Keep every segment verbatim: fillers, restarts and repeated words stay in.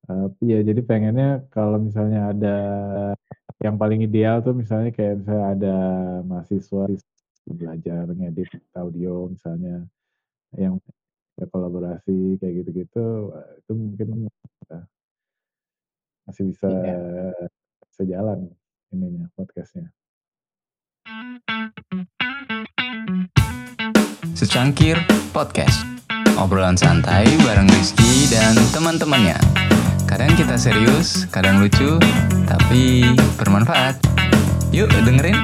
Uh, iya, jadi pengennya kalau misalnya ada yang paling ideal tuh misalnya kayak misalnya ada mahasiswa belajar ngedit audio misalnya yang kolaborasi kayak gitu-gitu, itu mungkin uh, masih bisa Iya. sejalan ininya podcastnya. Secangkir Podcast. Obrolan santai bareng Rizky dan teman-temannya. Kadang kita serius, kadang lucu, tapi bermanfaat. Yuk dengerin.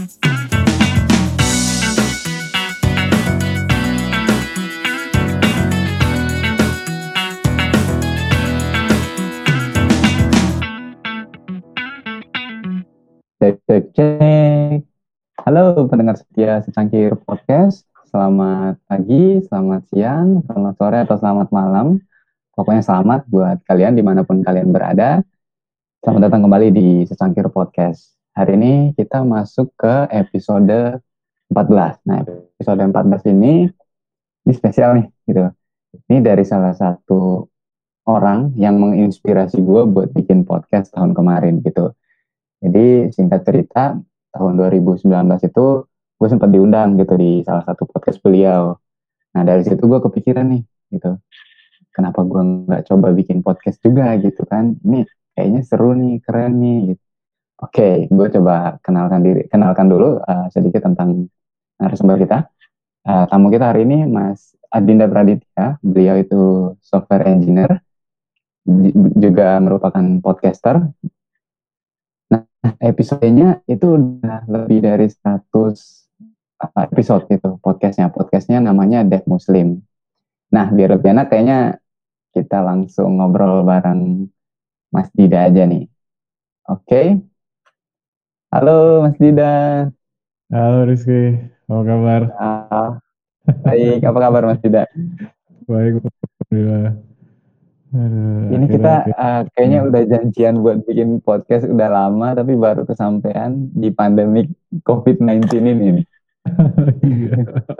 Cek, cek, cek. Halo pendengar setia Secangkir Podcast. Selamat pagi, selamat siang, selamat sore, atau selamat malam. Pokoknya selamat buat kalian dimanapun kalian berada. Selamat datang kembali di Secangkir Podcast. Hari ini kita masuk ke episode empat belas. Nah, episode empat belas ini, ini spesial nih, gitu. Ini dari salah satu orang yang menginspirasi gue buat bikin podcast tahun kemarin, gitu. Jadi singkat cerita, tahun dua ribu sembilan belas itu gue sempat diundang gitu di salah satu podcast beliau. Nah dari situ gue kepikiran nih gitu, kenapa gue nggak coba bikin podcast juga gitu kan? Ini kayaknya seru nih, keren nih. Gitu. Oke, gue coba kenalkan diri, kenalkan dulu uh, sedikit tentang narasumber kita. Uh, tamu kita hari ini Mas Adinda Praditya. Beliau itu software engineer, juga merupakan podcaster. Nah, episodenya itu udah lebih dari seratus episode gitu podcastnya. Podcastnya namanya Dev Muslim. Nah, biar lebih enak kayaknya kita langsung ngobrol bareng Mas Dida aja nih. Oke. Okay. Halo Mas Dida. Halo Rizky, apa kabar? Uh, baik, apa kabar Mas Dida? Baik, alhamdulillah. Aduh, Ini akhirnya, kita akhirnya. uh, kayaknya udah janjian buat bikin podcast udah lama, tapi baru kesampaian di pandemik covid sembilan belas ini nih. Iya.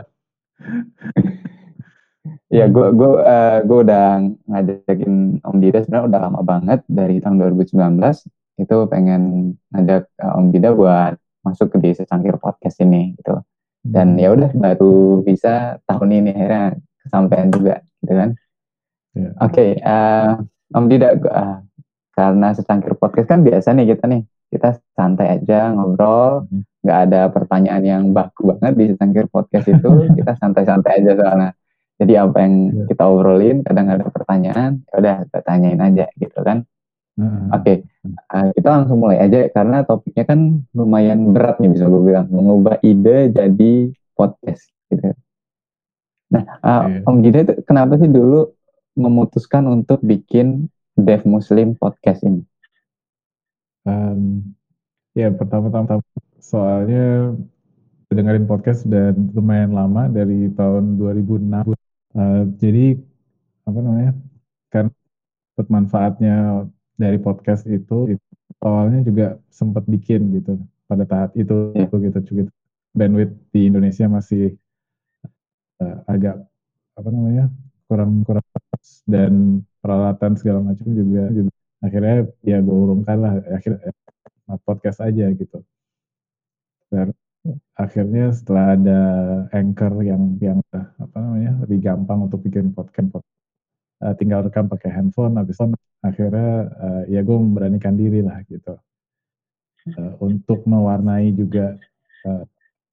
Ya, gue gue uh, gue udah ngajakin Om Dida sebenarnya udah lama banget dari tahun dua ribu sembilan belas itu pengen ngajak uh, Om Dida buat masuk ke di Secangkir Podcast ini gitu. Dan ya udah baru bisa tahun ini akhirnya kesampaian juga gitu kan. Ya. Oke, okay, uh, Om Dida uh, karena Secangkir Podcast kan biasa nih kita nih kita santai aja ngobrol, nggak ada pertanyaan yang baku banget di Secangkir Podcast itu, kita santai-santai aja soalnya. Jadi apa yang yeah. kita obrolin, kadang ada pertanyaan, ya udah kita tanyain aja gitu kan. Uh-huh. Oke, okay. uh, kita langsung mulai aja karena topiknya kan lumayan berat nih bisa gue bilang, mengubah ide jadi podcast gitu. Nah, uh, yeah. Om Dida itu kenapa sih dulu memutuskan untuk bikin Dev Muslim podcast ini? Um, ya pertama-tama soalnya dengerin podcast dan lumayan lama dari tahun dua ribu enam. Uh, jadi apa namanya? Kan manfaatnya dari podcast itu, itu awalnya juga sempat bikin gitu pada saat itu yeah. gitu gitu. Bandwidth di Indonesia masih uh, agak apa namanya? kurang kurang dan peralatan segala macam juga juga akhirnya ya gue urungkan lah akhirnya podcast aja gitu. Dan akhirnya setelah ada Anchor yang yang apa namanya lebih gampang untuk bikin podcast, uh, tinggal rekam pakai handphone, habis itu akhirnya uh, ya gue memberanikan diri lah gitu uh, untuk mewarnai juga uh,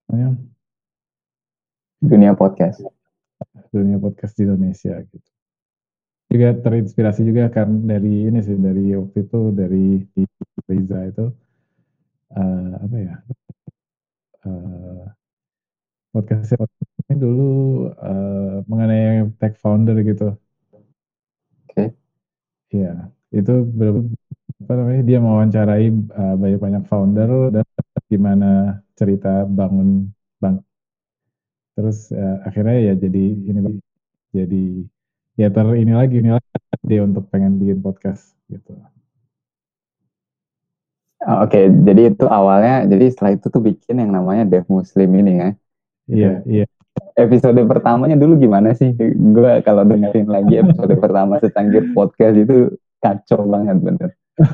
dunia podcast, dunia podcast di Indonesia gitu. Juga terinspirasi juga kan dari ini sih dari waktu itu dari Reza itu uh, apa ya uh, podcastnya ini dulu uh, mengenai tech founder gitu. Oke. Okay. Iya, itu ber- apa namanya dia mewawancarai uh, banyak-banyak founder dan gimana cerita bangun bank. Terus uh, akhirnya ya jadi ini jadi ya ter ini lagi ini lagi dia untuk pengen bikin podcast gitu. Oh, Oke, okay. Jadi itu awalnya, jadi setelah itu tuh bikin yang namanya Dev Muslim ini ya. Iya, iya. Episode pertamanya dulu gimana sih? Gue kalau dengerin lagi episode pertama Secangkir Podcast itu kacau banget bener.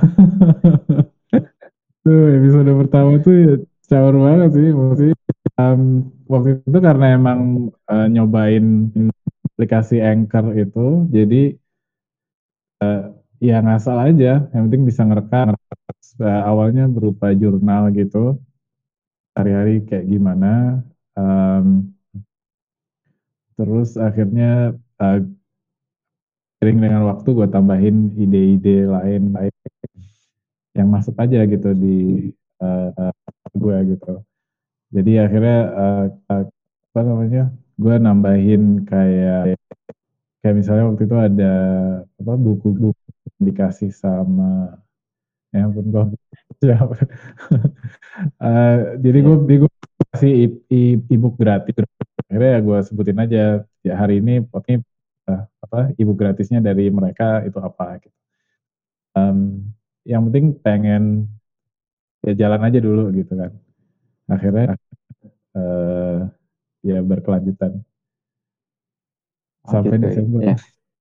Tuh episode pertama tuh ya caur banget sih. Maksudnya um, waktu itu karena emang uh, nyobain aplikasi Anchor itu, jadi uh, ya ngasal aja. Yang penting bisa ngerekam. Uh, awalnya berupa jurnal gitu, hari-hari kayak gimana. Um, terus akhirnya uh, sering dengan waktu gue tambahin ide-ide lain, lain yang masuk aja gitu di uh, uh, gue gitu. Jadi akhirnya uh, uh, apa namanya, gue nambahin kayak kayak misalnya waktu itu ada apa buku-buku dikasih sama ya ampun gue siapa. uh, jadi gue Iya. gue kasih e-book gratis. Akhirnya ya gue sebutin aja ya hari ini ini uh, apa ebook gratisnya dari mereka itu apa gitu. Um, yang penting pengen ya jalan aja dulu gitu kan. Akhirnya uh, ya berkelanjutan Oh sampai gitu Desember. ya.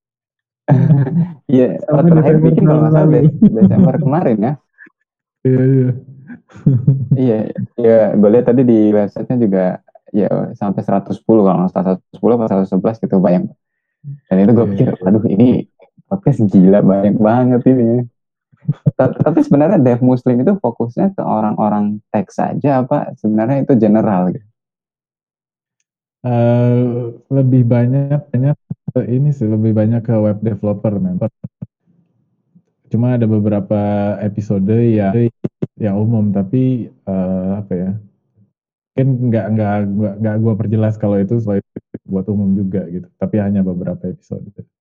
Iya, oh, Sampai terakhir Desember bikin kalau tahun nggak salah lalu. Des- Desember kemarin ya. Iya, iya. Iya, ya gue lihat tadi di websitenya juga ya sampai seratus sepuluh kalau nggak salah seratus sepuluh atau seratus sebelas gitu banyak. Dan itu gue Iya, pikir, iya. waduh ini podcast gila banyak banget ini. Ta- Tapi sebenarnya Dev Muslim itu fokusnya ke orang-orang tech saja apa sebenarnya itu general gitu? Eh, lebih banyak banyak ke ini sih lebih banyak ke web developer memang. Cuma ada beberapa episode yang yang umum tapi eh, apa ya? Mungkin nggak nggak nggak nggak gue perjelas kalau itu selain buat umum juga gitu. Tapi hanya beberapa episode.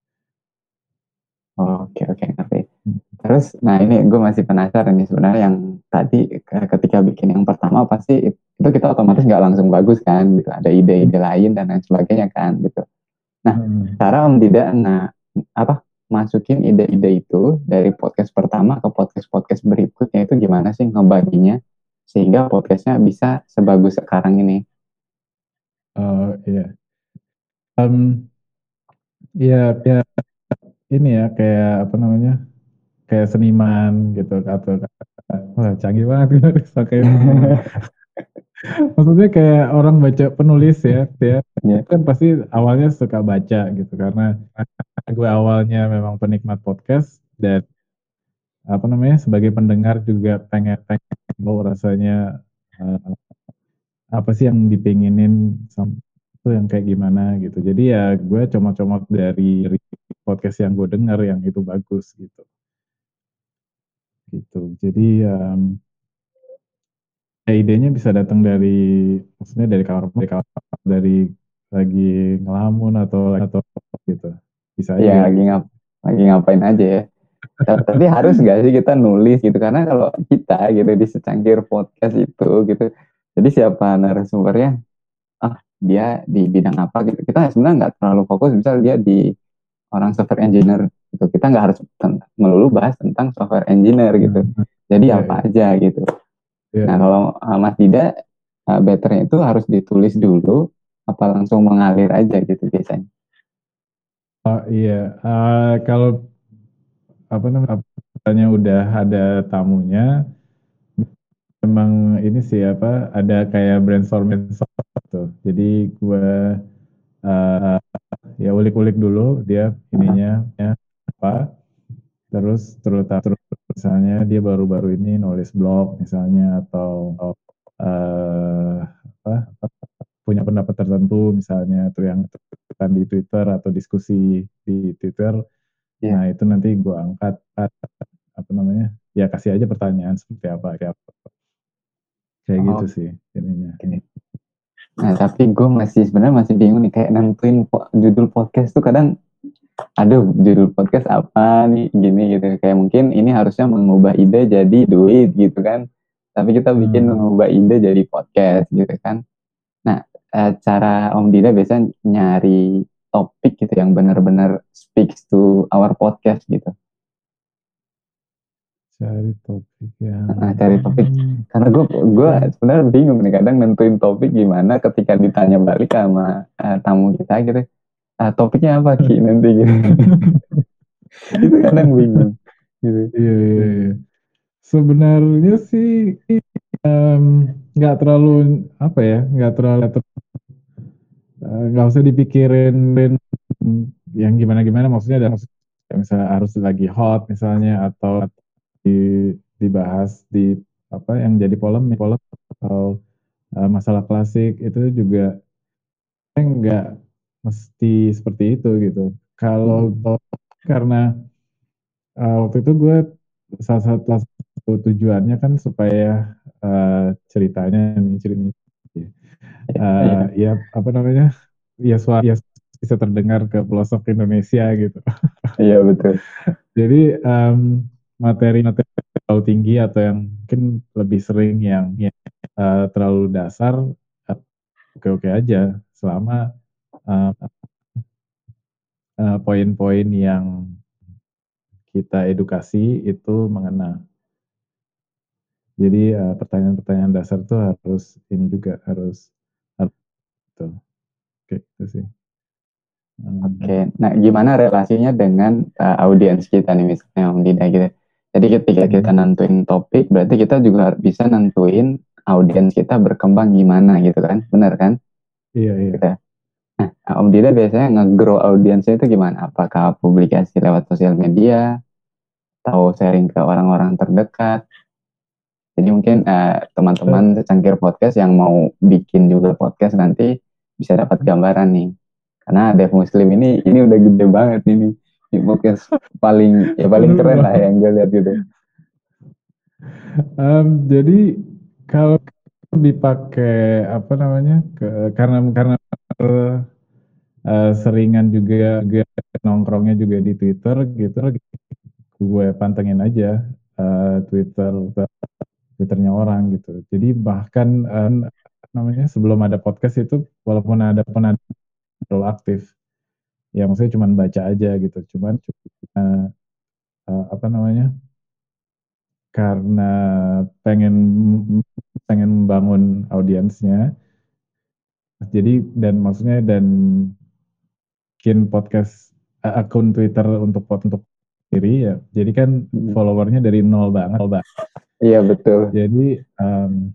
Oh, oke oke ngerti. Terus, nah ini gue masih penasaran nih sebenarnya yang tadi ke- ketika bikin yang pertama pasti itu kita otomatis nggak langsung bagus kan gitu. Ada ide-ide lain dan lain sebagainya kan gitu. Nah, Hmm. cara Om Dida, nah apa masukin ide-ide itu dari podcast pertama ke podcast-podcast berikutnya itu gimana sih ngebaginya sehingga podcastnya bisa sebagus sekarang ini? Oh iya. Um, Iya, ya ini ya kayak apa namanya? Kayak seniman gitu atau wah canggih banget gitu kayak seniman. Maksudnya kayak orang baca penulis ya, ya Ya, kan pasti awalnya suka baca gitu karena gue awalnya memang penikmat podcast dan apa namanya sebagai pendengar juga pengen pengen tahu rasanya uh, apa sih yang dipinginin sama itu yang kayak gimana gitu. Jadi ya gue comot-comot dari, dari podcast yang gue dengar yang itu bagus gitu. Gitu. Jadi um, ya idenya bisa datang dari maksudnya dari kamar dari kamar dari lagi ngelamun atau atau gitu bisa ya aja lagi gitu. ngap lagi ngapain aja ya. Ta- Tapi harus gak sih kita nulis gitu karena kalau kita gitu di secangkir podcast itu gitu. Jadi siapa narasumbernya ah dia di bidang apa gitu kita sebenarnya nggak terlalu fokus misal dia di orang software engineer gitu kita nggak harus ten- melulu bahas tentang software engineer gitu Nah, jadi ya, apa ya, aja gitu ya, nah ya. kalau uh, Mas Dida uh, betternya itu harus ditulis dulu apa langsung mengalir aja gitu biasanya. Oh iya, uh, kalau apa namanya katanya udah ada tamunya, memang ini sih apa ada kayak brainstorming gitu. Jadi gue uh, ya ulik-ulik dulu dia ininya ya, apa terus terutama terus misalnya dia baru-baru ini nulis blog misalnya atau uh, apa punya pendapat tertentu misalnya atau yang kan di Twitter atau diskusi di Twitter. Nah Iya. itu nanti gue angkat apa namanya ya kasih aja pertanyaan seperti apa kayak apa kayak gitu Oh, sih ininya. oke. Nah tapi gue masih sebenarnya masih bingung nih kayak nentuin po- judul podcast tuh kadang aduh judul podcast apa nih gini gitu kayak mungkin ini harusnya mengubah ide jadi duit gitu kan tapi kita bikin Hmm. mengubah ide jadi podcast gitu kan nah eh, cara Om Dida biasanya nyari topik gitu yang benar-benar speaks to our podcast gitu. Cari topik yang Nah, cari topik hmm, karena gue gue sebenarnya bingung nih kadang nentuin topik gimana ketika ditanya balik sama eh, tamu kita gitu ah, topiknya apa Ki nanti gitu itu kadang bingung. gitu. Iya, iya, iya. Sebenarnya sih nggak um, terlalu apa ya, nggak terlalu nggak uh, usah dipikirin yang gimana-gimana. Maksudnya ada misalnya harus lagi hot misalnya atau di, dibahas di apa yang jadi polemik polemik atau uh, masalah klasik itu juga nggak mesti seperti itu gitu. Kalau Hmm. karena uh, waktu itu gue salah satu, salah satu tujuannya kan supaya uh, ceritanya nih ceritanya uh, Iya, ya apa namanya ya suara ya bisa terdengar ke pelosok Indonesia gitu. iya betul. Jadi um, materi-materi terlalu tinggi atau yang mungkin lebih sering yang, yang uh, terlalu dasar oke-oke aja selama uh, uh, poin-poin yang kita edukasi itu mengena. Jadi uh, pertanyaan-pertanyaan dasar tuh harus ini juga harus harus gitu. Oke, itu sih. Um, Oke, nah gimana relasinya dengan uh, audiens kita nih misalnya Om Dida gitu. Jadi ketika kita hmm, nentuin topik, berarti kita juga harus bisa nentuin audiens kita berkembang gimana gitu kan, benar kan? iya iya. Gitu. Nah, Om Dida biasanya nge-grow audiensnya itu gimana? Apakah publikasi lewat sosial media, atau sharing ke orang-orang terdekat? Jadi mungkin uh, teman-teman secangkir podcast yang mau bikin juga podcast nanti bisa dapat gambaran nih. Karena Dev Muslim ini ini udah gede banget ini. Ini podcast paling ya paling Bener keren lah bro. yang gue lihat gitu. Um, jadi kalau dipakai apa namanya ke, karena karena uh, seringan juga, juga nongkrongnya juga di Twitter gitu, gue pantengin aja uh, Twitter Twitternya orang gitu. Jadi bahkan uh, namanya sebelum ada podcast itu walaupun ada pun ada terlalu aktif, ya maksudnya cuma baca aja gitu. Cuman uh, uh, apa namanya karena pengen pengen membangun audiensnya, jadi dan maksudnya dan bikin podcast uh, akun Twitter untuk untuk sendiri ya. Jadi kan Hmm. followernya dari nol banget, nol banget. Iya betul. Jadi um,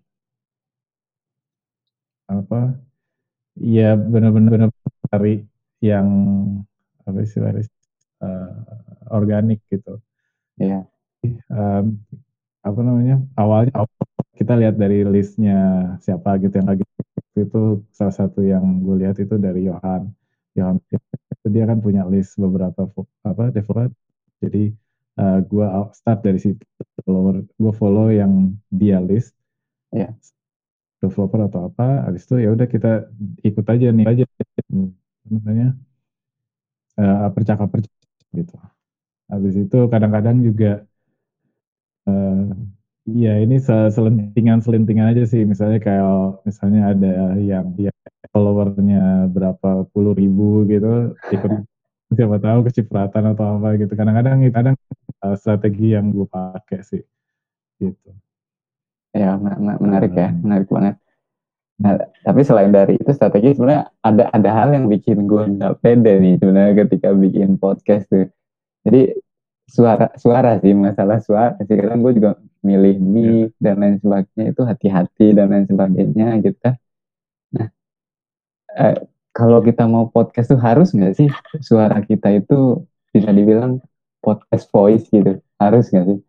apa? Ya benar-benar cari yang apa istilahnya uh, organik gitu. Iya. Um, apa namanya? Awalnya kita lihat dari listnya siapa gitu yang lagi itu salah satu yang gue lihat itu dari Johan. Johan itu dia kan punya list beberapa apa developer. Jadi uh, gue start dari situ follower gue follow yang dia list Iya. developer atau apa. Habis itu ya udah kita ikut aja nih aja namanya uh, percakapan gitu. Habis itu kadang-kadang juga uh, iya ini selentingan-selentingan aja sih. Misalnya kayak misalnya ada yang dia followernya berapa puluh ribu gitu, ikut siapa tahu kecipratan atau apa gitu. Kadang-kadang kadang uh, strategi yang gue pakai sih gitu. Ya, menarik ya, Um, menarik banget. Nah, tapi selain dari itu strategi sebenarnya ada ada hal yang bikin gue nggak pede nih sebenarnya ketika bikin podcast tuh. Jadi suara suara sih masalah suara sih kadang gue juga milih ya. mic dan lain sebagainya itu hati-hati dan lain sebagainya gitu kan. Nah, eh, kalau kita mau podcast tuh harus nggak sih suara kita itu bisa dibilang podcast voice gitu, harus nggak sih?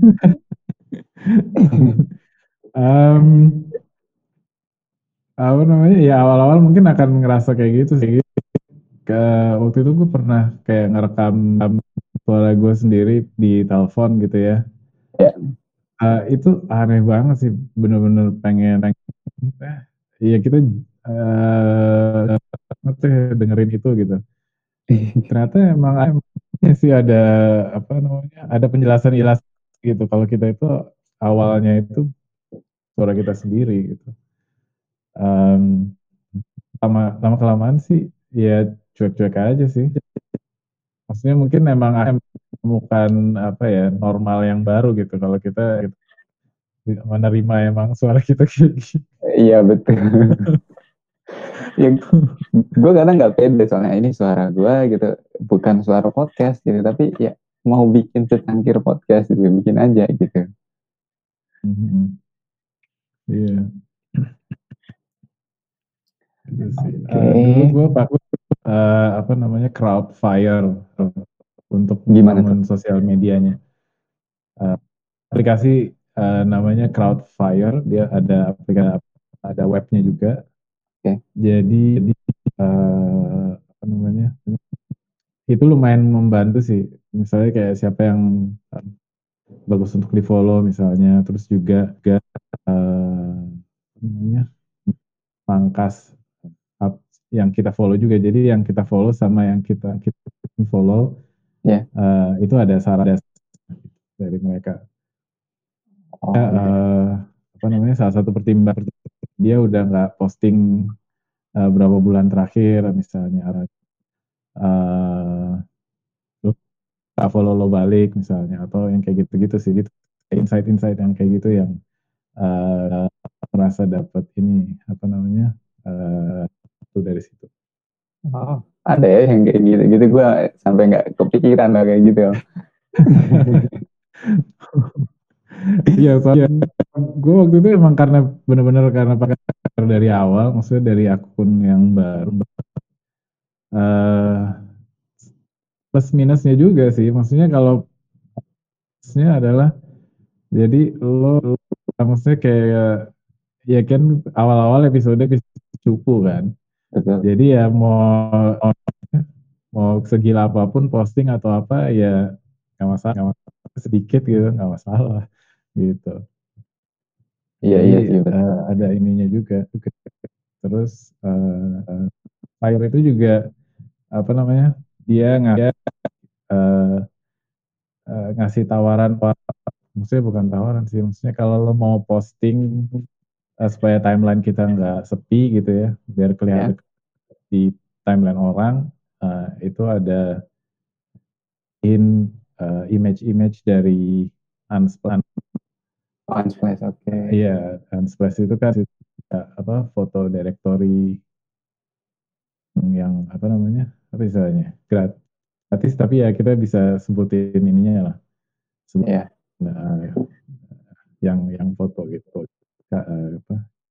um, apa namanya ya awal-awal mungkin akan ngerasa kayak gitu sih. Ke, waktu itu gue pernah kayak ngerekam suara gue sendiri di telepon gitu ya. Ya, Uh, itu aneh banget sih, bener-bener pengen, pengen eh, iya kita uh, tuh dengerin itu gitu. Ternyata emang emang sih ada apa namanya, ada penjelasan jelas gitu. Kalau kita itu awalnya itu suara kita sendiri gitu. Um, lama lama kelamaan sih ya cuek-cuek aja sih. Maksudnya mungkin emang akan menemukan apa ya normal yang baru gitu kalau kita gitu, menerima emang suara kita kayak gitu. iya betul. Ya, gue kadang nggak pede soalnya ini suara gue gitu, bukan suara podcast gitu, tapi ya mau bikin secangkir podcast gitu, bikin aja gitu. Mm-hmm. Iya. Gitu sih. Oke. Uh, dulu gue pakai uh, apa namanya Crowdfire untuk Gimana tuh? membangun sosial medianya. Uh, aplikasi uh, namanya Crowdfire, dia ada aplikasi, ada webnya juga. Oke. Jadi uh, apa namanya? Itu lumayan membantu sih. Misalnya kayak siapa yang uh, bagus untuk di follow misalnya, terus juga juga uh, apa namanya? Pangkas up yang kita follow juga. Jadi yang kita follow sama yang kita kita follow Ya. uh, itu ada saran dari mereka. Oh, Ya, iya. uh, apa namanya salah satu pertimbangan dia udah nggak posting uh, berapa bulan terakhir misalnya. Uh, lu tak follow lo balik misalnya atau yang kayak gitu-gitu sih gitu. Insight-insight yang kayak gitu yang uh, merasa dapat ini apa namanya uh, itu dari situ. Oh, ada ya yang kayak gitu. Gitu gue sampai nggak kepikiran lah kayak gitu. Iya, soalnya gue waktu itu emang karena bener-bener karena pakai dari awal, maksudnya dari akun yang baru. Uh, plus minusnya juga sih, maksudnya kalau plusnya adalah jadi lo, lo maksudnya kayak ya kan awal-awal episode cupu kan, Betul. jadi ya mau mau segila apapun posting atau apa ya nggak masalah, nggak masalah, sedikit gitu nggak masalah gitu. Iya, Jadi iya sih, betul. uh, ada ininya juga. Terus uh, Fire itu juga apa namanya? Dia ngasih uh, uh, ngasih tawaran, maksudnya bukan tawaran sih, maksudnya kalau lo mau posting uh, supaya timeline kita nggak sepi gitu ya, biar kelihatan Ya. di timeline orang, uh, itu ada in uh, image-image dari Unsplash. Unsplash, oke. Uh, iya, Unsplash itu kan uh, apa foto directory yang apa namanya apa istilahnya gratis tapi ya kita bisa sebutin ininya lah sebut Iya. nah, yang yang foto gitu uh, apa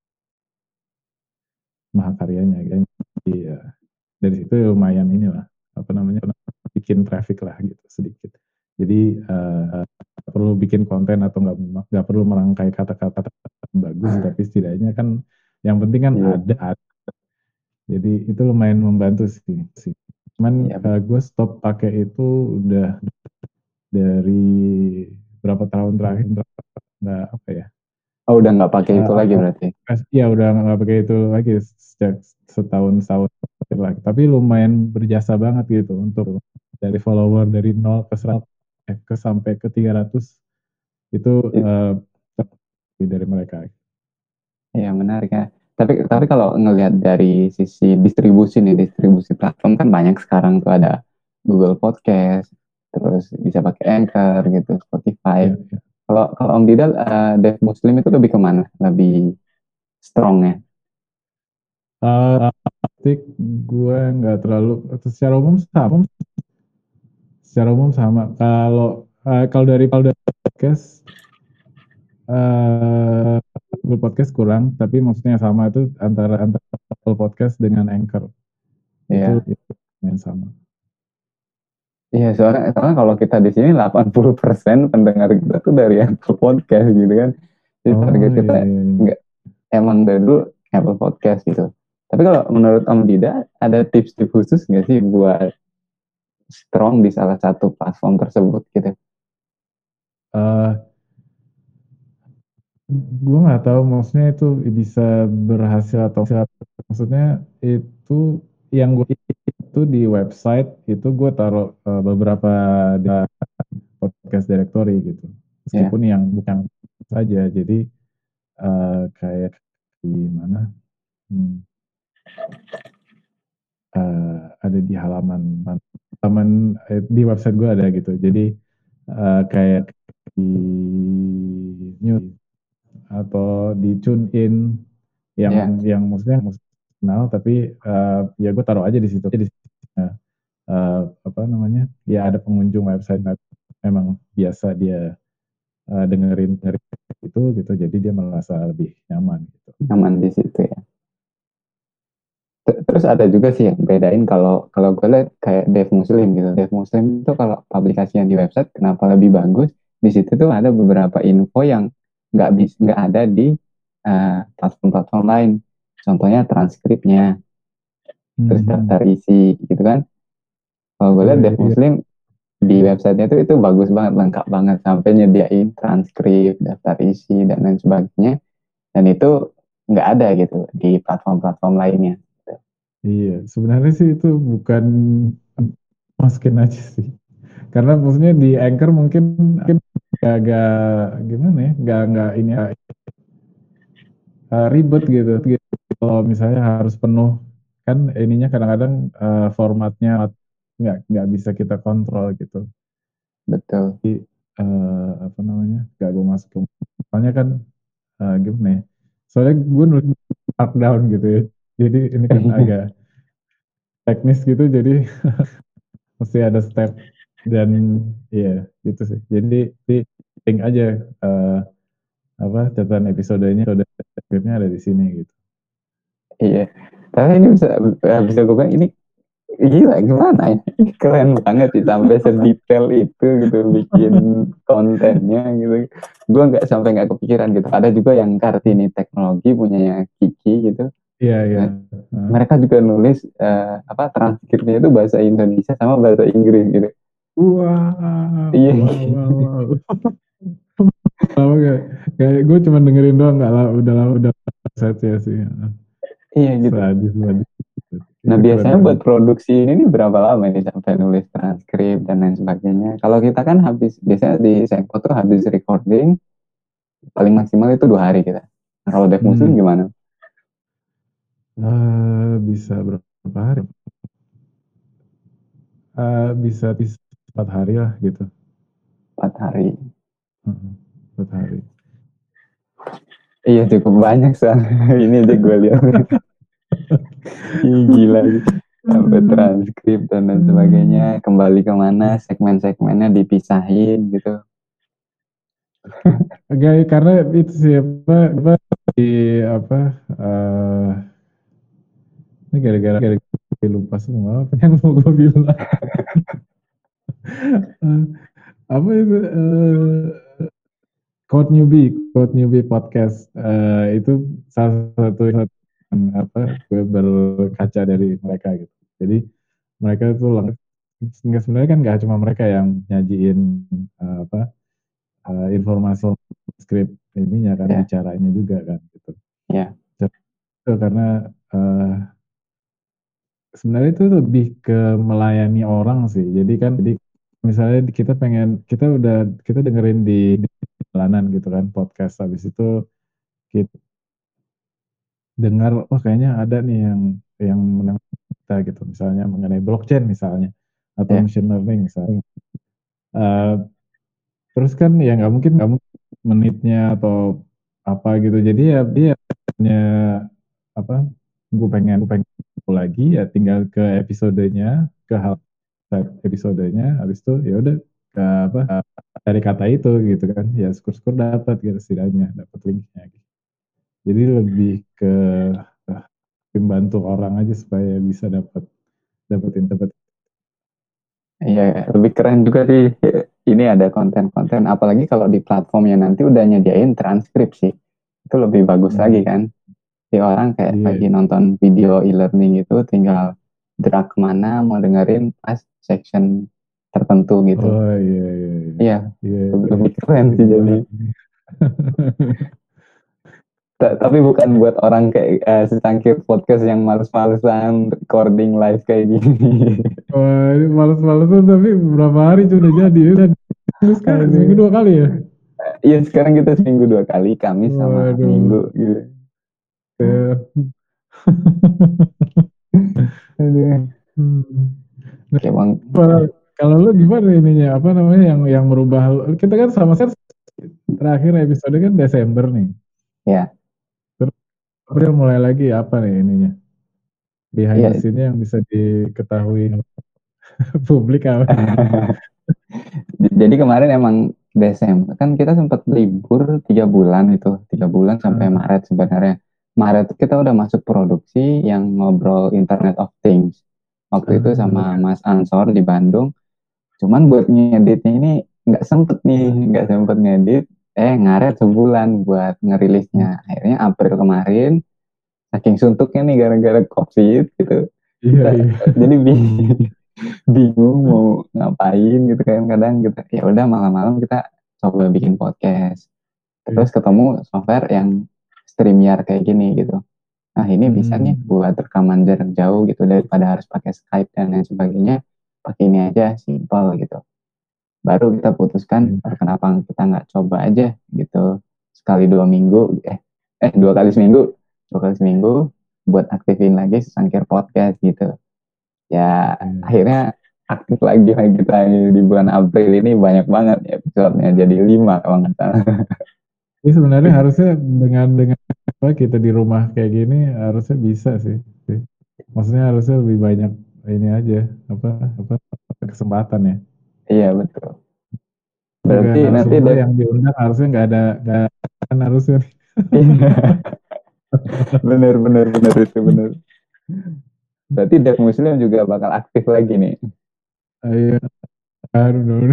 mahakaryanya kan jadi ya, dari situ lumayan inilah apa namanya bikin traffic lah gitu sedikit jadi uh, perlu bikin konten atau nggak nggak perlu merangkai kata-kata bagus tapi setidaknya kan yang penting kan Iya. ada, ada. Jadi itu lumayan membantu sih sih cuman Iya, uh, gue stop pakai itu udah dari berapa tahun terakhir nggak apa ya Oh, udah nggak pakai itu uh, lagi berarti. ya udah nggak pakai itu lagi sejak setahun setahun lagi tapi lumayan berjasa banget gitu untuk dari follower dari nol ke seratus eh, ke sampai ke tiga ratus itu It- uh, dari mereka. Iya, menarik ya. Tapi tapi kalau ngelihat dari sisi distribusi nih, distribusi platform kan banyak sekarang tuh ada Google Podcast, terus bisa pakai Anchor gitu, Spotify. Ya, ya. Kalau kalau Om Didal, uh, Dev Muslim itu lebih kemana? Lebih strong ya? Uh, gue nggak terlalu secara umum sama secara umum sama kalau uh, kalau dari kalau dari podcast uh, Google Podcast kurang tapi maksudnya sama itu antara antara Apple Podcast dengan Anchor itu Iya. itu yang sama. Iya, soalnya, soalnya kalau kita di sini delapan puluh persen pendengar kita tuh dari Apple Podcast gitu kan. Jadi Oh target iya, kita iya, iya. nggak, emang dari dulu Apple Podcast gitu. Tapi kalau menurut Om Dida, ada tips-tips khusus nggak sih buat strong di salah satu platform tersebut gitu? Uh, gue nggak tahu maksudnya itu bisa berhasil atau maksudnya itu yang gue itu di website itu gue taruh uh, beberapa di podcast directory gitu Ya. meskipun yang bukan saja jadi uh, kayak di mana hmm, uh, ada di halaman halaman eh, di website gue ada gitu jadi uh, kayak di news atau di tune in yang Ya. yang maksudnya kenal tapi uh, ya gue taruh aja di situ di uh, uh, apa namanya ya ada pengunjung website memang biasa dia uh, dengerin dari itu gitu, jadi dia merasa lebih nyaman gitu. Nyaman di situ ya. Terus ada juga sih yang bedain kalau kalau gue lihat kayak Dev Muslim gitu. Dev Muslim itu kalau publikasinya di website kenapa lebih bagus? Di situ tuh ada beberapa info yang nggak bisa nggak ada di uh, platform-platform lain. Contohnya transkripnya, terus Hmm. daftar isi gitu kan. Kalau gue Oh, lihat Dev iya. Muslim di websitenya tuh itu bagus banget, lengkap banget sampai nyediain transkrip, daftar isi dan lain sebagainya. Dan itu nggak ada gitu di platform-platform lainnya. Iya, sebenarnya sih itu bukan masukin aja sih. Karena maksudnya di Anchor mungkin mungkin agak gimana ya, nggak nggak ini uh, ribet gitu. gitu. Kalau misalnya harus penuh kan ininya kadang-kadang uh, formatnya nggak nggak bisa kita kontrol gitu. Betul. Jadi uh, apa namanya nggak gue masuk ke soalnya kan uh, gimana ya? Soalnya gue nulis markdown gitu ya. Jadi ini kan agak teknis gitu, jadi mesti ada step dan iya gitu sih. Jadi di link aja uh, apa catatan episodenya, episode ada di sini gitu. Iya, tapi ini bisa bisa gue bilang ini gila gimana ya, keren banget sih sampai sedetail itu gitu bikin kontennya gitu. Gue nggak sampai nggak kepikiran gitu. Ada juga yang Kartini Teknologi punyanya Kiki gitu. Iya iya. Nah, uh. mereka juga nulis uh, apa transkripnya itu bahasa Indonesia sama bahasa Inggris gitu. Wow, Iya. wow, wow, wow. Lama gak? Kayak gue cuma dengerin doang, nggak lah, udah lama udah set ya sih. Iya gitu. Sadis banget. Nah biasanya buat produksi ini nih berapa lama nih sampai nulis transkrip dan lain sebagainya? Kalau kita kan habis biasanya di Sengko tuh habis recording paling maksimal itu dua hari kita. Nah kalau Dev Muslim hmm. gimana? Uh, bisa berapa hari? Uh, bisa bisa empat hari lah gitu. Empat hari. Empat hari. Iya cukup banyak soalnya ini aja gue lihat. Ih, gila gitu. Sampai transkrip dan lain sebagainya, kembali kemana, segmen-segmennya dipisahin gitu. Agak karena itu sih apa, apa di apa uh, ini gara-gara gara lupa semua apa yang mau gue bilang. uh, apa itu uh, Code Newbie, Code Newbie podcast uh, itu salah satu yang apa gue berkaca dari mereka gitu. Jadi mereka tuh lengkap. Sebenarnya kan nggak cuma mereka yang nyajiin uh, apa uh, informasi skrip ininya kan, yeah. bicaranya juga kan gitu. Ya. Yeah. Itu karena uh, sebenarnya itu lebih ke melayani orang sih. Jadi kan jadi misalnya kita pengen kita udah kita dengerin di, di jalanan gitu kan podcast, habis itu kita dengar oh kayaknya ada nih yang yang menang kita gitu, misalnya mengenai blockchain misalnya atau yeah. machine learning misalnya. Uh, terus kan ya nggak mungkin nggak mungkin menitnya atau apa gitu, jadi ya dia hanya apa gue pengen gue pengen lagi ya tinggal ke episodenya, ke hal episodenya, habis itu ya udah ke apa dari kata itu gitu kan, ya syukur-syukur dapat gitu setidaknya dapat linknya gitu. Jadi lebih ke uh, membantu orang aja supaya bisa dapat dapetin dapat. Iya, lebih keren juga sih. Ini ada konten-konten, apalagi kalau di platformnya nanti udah nyediain transkrip sih. Itu lebih bagus hmm. lagi kan. Di orang kayak yeah. lagi nonton video e-learning itu tinggal drag kemana mau dengerin pas section tertentu gitu. Oh iya iya. Iya, iya lebih iya. keren sih jadi. Tapi bukan buat orang kayak uh, secangkir podcast yang males-malesan recording live kayak gini. Wah, ini males-malesan tapi berapa hari sudah jadi dan sekarang seminggu dua kali ya? Iya sekarang kita seminggu dua kali, Kamis sama Waduh. Minggu gitu. Ya. Nah, Oke, bang. Kalau lu gimana ininya? Apa namanya yang yang merubah? Kita kan sama saya terakhir episode kan Desember nih. Ya. Terus April mulai lagi apa nih ininya? Behind ya. the scene yang bisa diketahui publik apa? Jadi kemarin emang Desember kan kita sempat libur tiga bulan itu, tiga bulan sampai Hmm. Maret sebenarnya. Maret kita udah masuk produksi yang ngobrol Internet of Things. Waktu itu Ah, sama Mas Ansor di Bandung. Cuman buat ngeditnya ini nggak sempet nih, nggak sempet ngedit. Eh ngaret sebulan buat ngerilisnya. Akhirnya April kemarin, saking suntuknya nih gara-gara COVID gitu. iya Kita iya. jadi bingung, bingung mau ngapain gitu kan. Kadang kita ya udah malam-malam kita coba bikin podcast. Terus ketemu software yang StreamYard kayak gini gitu. Nah ini bisa nih Hmm. buat rekaman jarak jauh gitu daripada harus pakai Skype dan lain sebagainya. Pakai ini aja, simple gitu. Baru kita putuskan Iya. eh, kenapa kita nggak coba aja gitu sekali dua minggu eh eh dua kali seminggu dua kali seminggu buat aktifin lagi Sesangkir Podcast gitu ya. Iya. Akhirnya aktif lagi lagi kita di bulan April ini banyak banget ya episodenya jadi lima kalau nggak salah. Ini sebenarnya harusnya dengan dengan apa kita di rumah kayak gini harusnya bisa sih. sih. Maksudnya harusnya lebih banyak ini aja apa apa kesempatan ya. Iya betul, Juga berarti nanti narasumber Dev yang diundang harusnya nggak ada nggak kan harusnya. bener bener bener itu bener, berarti Dev Muslim juga bakal aktif lagi nih. Iya, aduh,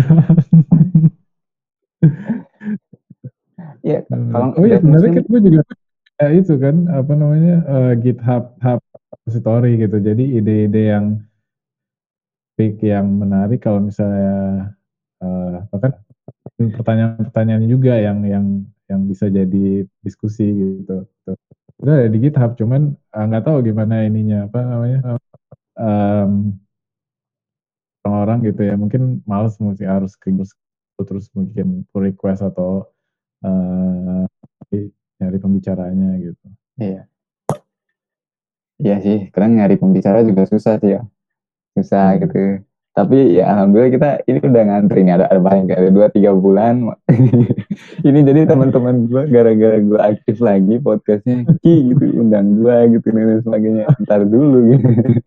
Iya kalau oh ya Dev sebenarnya Muslim kan gue juga ya itu kan apa namanya eh, GitHub Hub repository gitu. Jadi ide-ide yang pick yang menarik kalau misalnya eh, bahkan pertanyaan-pertanyaan juga yang yang yang bisa jadi diskusi gitu. Tuh. Itu ada di GitHub, cuman eh, nggak tahu gimana ininya apa namanya em, orang-orang gitu ya. Mungkin males mesti harus ke terus mungkin pull request atau eh, nyari pembicaranya gitu. iya iya sih, karena nyari pembicara juga susah sih ya, susah Iya. gitu. Tapi ya alhamdulillah kita ini udah ngantri nih, ada ada paling ada dua tiga bulan. Ini jadi teman-teman gue gara-gara gue aktif lagi podcastnya, Ki gitu undang gue gitu dan lain sebagainya. Ntar dulu gitu.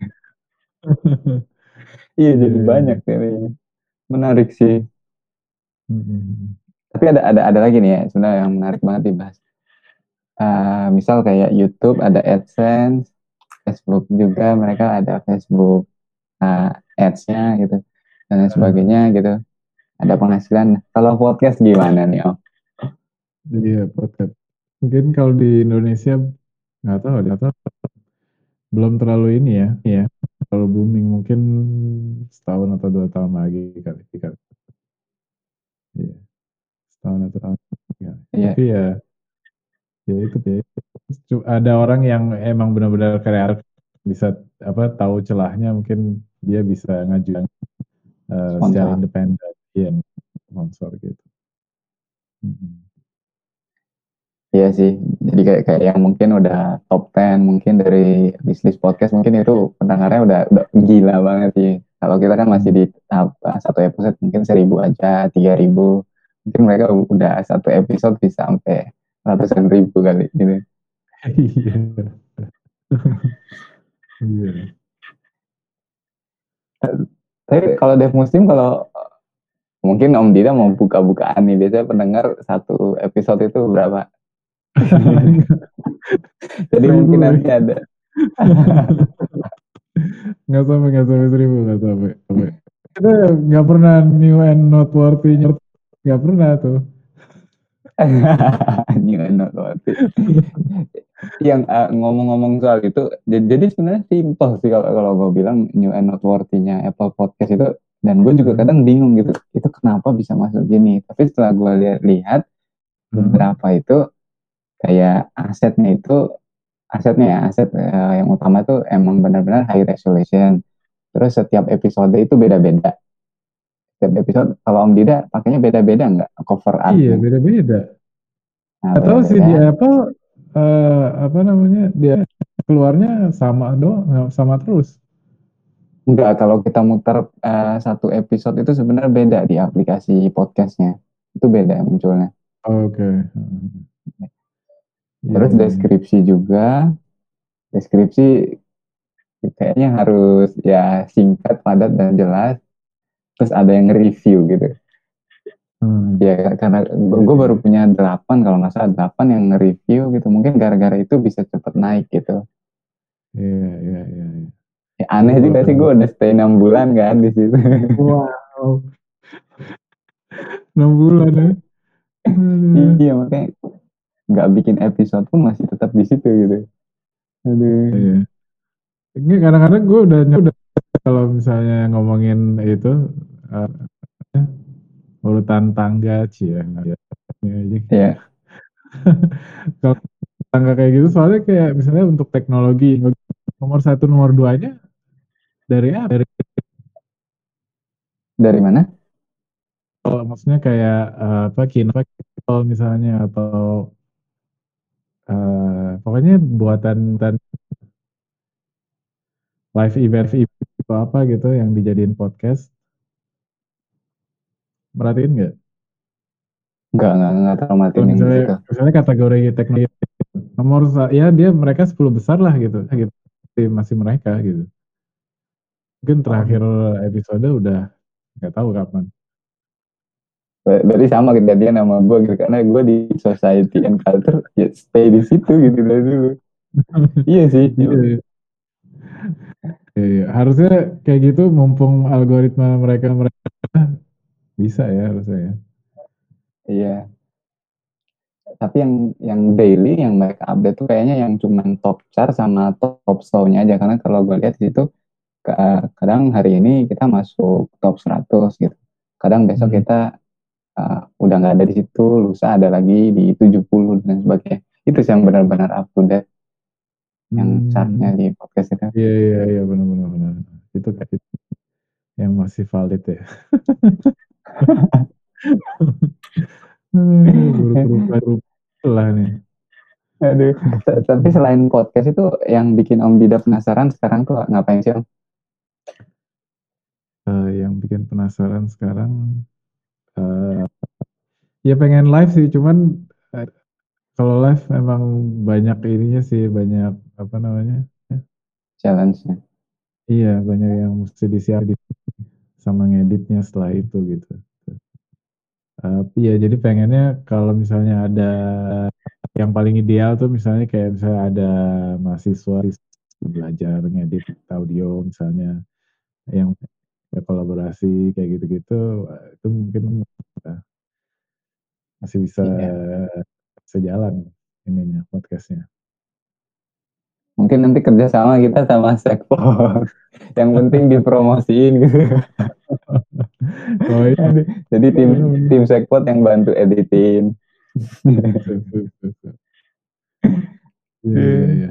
Iya Iya, jadi iya, banyak iya. ini. Menarik sih. Mm-mm. Tapi ada ada ada lagi nih ya sebenarnya yang menarik banget dibahas. Uh, misal kayak YouTube ada AdSense, Facebook juga mereka ada Facebook uh, ads-nya gitu dan lain Ah, sebagainya gitu. Ada penghasilan. Kalau podcast gimana nih Om? iya, podcast. Mungkin kalau di Indonesia nggak tahu, nggak tahu. Belum terlalu ini ya, ya. Terlalu booming mungkin setahun atau dua tahun lagi kali, kali. Iya, setahun atau tahun lagi kali. Iya, Tapi ya, ya itu ya. Cu- Ada orang yang emang benar-benar kreatif bisa apa tahu celahnya mungkin dia bisa ngajukan eh, secara sponsor. independen, iya, sponsor gitu. Mm-mm. Iya sih. Jadi kayak kayak yang mungkin udah top sepuluh mungkin dari bisnis podcast mungkin itu pendengarnya udah udah gila banget sih. Kalau kita kan masih Hmm. di tahap uh, satu episode mungkin seribu aja, tiga ribu. Mungkin mereka udah satu episode bisa sampai ratusan ribu kali gitu. Iya. Iya. Tapi kalau Dev Muslim kalau mungkin Om Dida mau buka-bukaan nih biasanya pendengar satu episode itu berapa? Jadi Seribu, mungkin Bre. nanti ada. Nggak sampai, nggak sampai seribu, nggak sampai, sampai. Kita nggak pernah new and noteworthy, nggak pernah tuh. New and noteworthy. Yang uh, ngomong-ngomong soal itu, jadi, jadi sebenarnya simple sih kalau kalau gue bilang new and noteworthy-nya Apple Podcast itu, dan gue juga Hmm. kadang bingung gitu, itu kenapa bisa masuk gini. Tapi setelah gue lihat-lihat Hmm. beberapa itu kayak asetnya itu asetnya ya aset uh, yang utama itu emang benar-benar high resolution. Terus setiap episode itu beda-beda. Setiap episode kalau Om Dida pakainya beda-beda nggak cover Iya, artnya? beda-beda. Nah Nggak tahu sih di beda-beda. Apple eh, apa namanya dia keluarnya sama dong, sama terus. Enggak, kalau kita muter uh, satu episode itu sebenarnya beda di aplikasi podcastnya. Itu beda munculnya. Oke. Iya, Terus iya, iya. deskripsi juga. Deskripsi kayaknya harus ya singkat, padat, dan jelas. Terus ada yang review gitu. Hmm. Ya karena gue Iya, baru punya delapan kalau nggak salah delapan yang nge-review gitu. Mungkin gara-gara itu bisa cepet naik gitu. iya, iya, iya, iya. Ya, Coba aneh kalau juga sih kayak gue gitu. udah stay enam bulan kan di situ. Wow, enam bulan ya. Aduh. Iya makanya nggak bikin episode pun masih tetap di situ gitu. Aduh. Iya. Ini kadang-kadang gue udah udah kalau misalnya ngomongin itu uh, urutan tangga cie ya. Ini aja. Ya Kalau tangga kayak gitu soalnya kayak misalnya untuk teknologi nomor satu nomor duanya dari apa? Dari dari mana? kalau maksudnya kayak uh, apa Kindle misalnya atau uh, pokoknya buatan dan live event event atau apa gitu yang dijadiin podcast. Merhatiin nggak? Nggak nggak nggak terlalu Kalau matiin yang di misalnya situ. misalnya kategori teknologi nomor sa- ya dia mereka sepuluh besar lah gitu gitu masih masih mereka gitu. Mungkin Oh, terakhir episode udah nggak tahu kapan. ber- berarti sama kejadian sama gue gitu karena gue di society and culture ya stay di situ gitu dari dulu. Iya sih. Iya, iya, iya. Harusnya kayak gitu mumpung algoritma mereka mereka bisa ya harusnya ya. Iya. Tapi yang yang daily yang mereka update tuh kayaknya yang cuman top chart sama top, top show-nya aja karena kalau gue lihat di situ ka- kadang hari ini kita masuk top seratus gitu. Kadang besok Hmm. kita uh, udah nggak ada di situ, lusa ada lagi di tujuh puluh dan sebagainya. Itu sih yang benar-benar up to date yang chartnya Hmm. di podcast itu. Iya iya iya benar benar benar. Itu kayak yang masih valid ya. Aduh, buru-buru baru lah nih. Aduh. T- Tapi selain podcast itu yang bikin Om Dida penasaran sekarang tuh ngapain sih Om? Eh, yang bikin penasaran sekarang eh, ya pengen live sih, cuman eh, kalau live memang banyak ininya sih, banyak apa namanya? Ya, Challenge-nya. iya, banyak yang mesti disiapin sama ngeditnya setelah itu gitu. Tapi ya jadi pengennya kalau misalnya ada yang paling ideal tuh misalnya kayak misalnya ada mahasiswa belajar ngedit audio misalnya yang ya kolaborasi kayak gitu-gitu itu mungkin eh, masih bisa Iya. sejalan ininya podcastnya. Mungkin nanti kerja sama kita sama Sekpor. Yang penting dipromosiin gitu. Oh iya, Aduh. Jadi tim tim Sekpot yang bantu editin. betul, betul, betul. Iya iya iya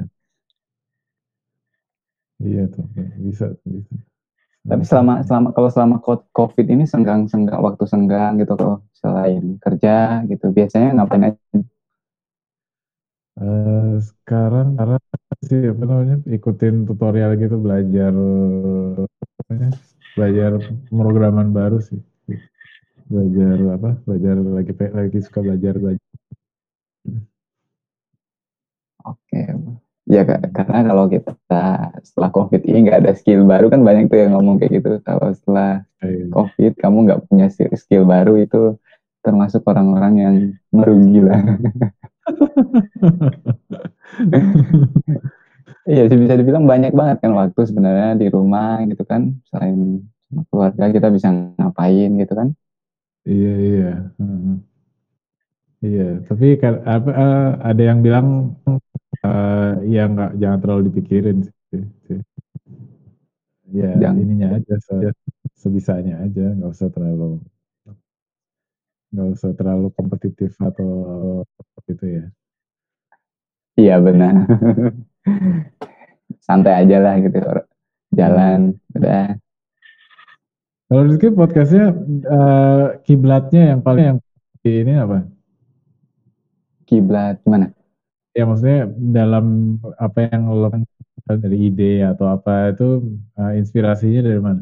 iya tuh bisa tuh bisa. Tapi Harusnya selama sih. selama kalau selama co- COVID ini senggang-senggang waktu senggang gitu kalau selain kerja gitu biasanya ngapain aja? Eh, sekarang karena sih apa namanya ikutin tutorial gitu belajar apa namanya, belajar pemrograman baru sih. Belajar apa? Belajar lagi pe- lagi suka belajar belajar. Oke. Ya Kak, karena kalau kita setelah COVID ini nggak ada skill baru kan banyak tuh yang ngomong kayak gitu. Kalau setelah Kayak- COVID kamu nggak punya skill baru itu termasuk orang-orang yang merugi lah. Iya sih bisa dibilang banyak banget kan waktu sebenarnya di rumah gitu kan. Selain sama keluarga kita bisa ngapain gitu kan. Iya iya. Heeh. Iya, tapi kan- apa eh, ada yang bilang eh, ya nggak jangan terlalu dipikirin sih. sih. Ya Jangan. ininya aja se- sebisanya aja, nggak usah terlalu nggak usah terlalu kompetitif atau gitu ya. Iya benar. Santai aja lah gitu. Iya. Jalan udah Kalau Rizky podcastnya eh, kiblatnya yang paling yang di ini apa? kiblat gimana? Ya maksudnya dalam apa yang lo kan dari ide atau apa itu eh, inspirasinya dari mana?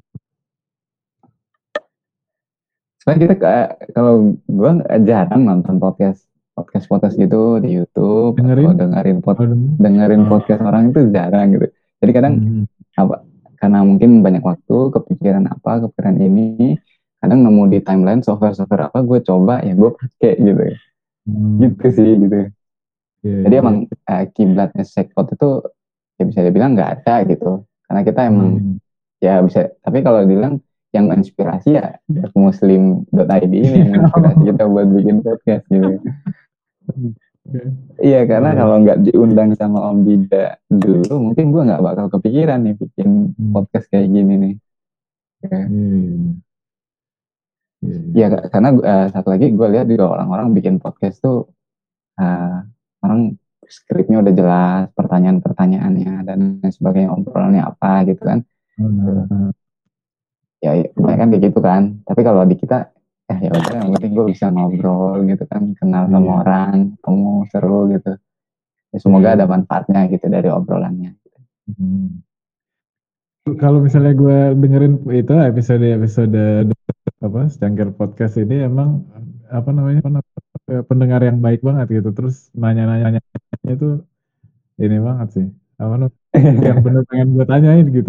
Sebenarnya kita kayak kalau gue jarang nonton podcast podcast podcast gitu di YouTube atau Dengerin? dengerin pod, Oh, denger. dengerin Oh. podcast orang itu jarang gitu. Jadi kadang Hmm. apa karena mungkin banyak waktu kepikiran apa kepikiran ini kadang nemu di timeline software-software apa gue coba ya gue pakai gitu Hmm. gitu sih gitu. Iya, Jadi iya. emang uh, kiblatnya Sekot itu ya bisa dibilang nggak ada gitu karena kita emang Hmm. ya bisa, tapi kalau bilang yang inspirasi ya muslim dot i d ini yang inspirasi kita buat bikin podcast gitu. Oke. Iya, karena Iya. kalau nggak diundang sama Om Bida dulu, mungkin gue nggak bakal kepikiran nih bikin Hmm. podcast kayak gini nih. Iya, iya, iya, iya. Iya, karena uh, satu lagi gue lihat juga orang-orang bikin podcast tuh, uh, orang skripnya udah jelas, pertanyaan-pertanyaannya dan lain sebagainya, obrolannya apa gitu kan. Hmm. Ya, kebanyakan kayak gitu kan. Tapi kalau di kita, eh ya udah, yang penting gue bisa ngobrol gitu kan, kenal sama Iya. orang, ketemu seru gitu. Ya, semoga Iya. ada manfaatnya gitu dari obrolannya. Hmm. Kalau misalnya gue dengerin itu episode-episode apa Secangkir Podcast ini emang apa namanya apa namanya, pendengar yang baik banget gitu. Terus nanya-nanya itu ini banget sih. Apa namanya yang bener pengen gue tanyain gitu.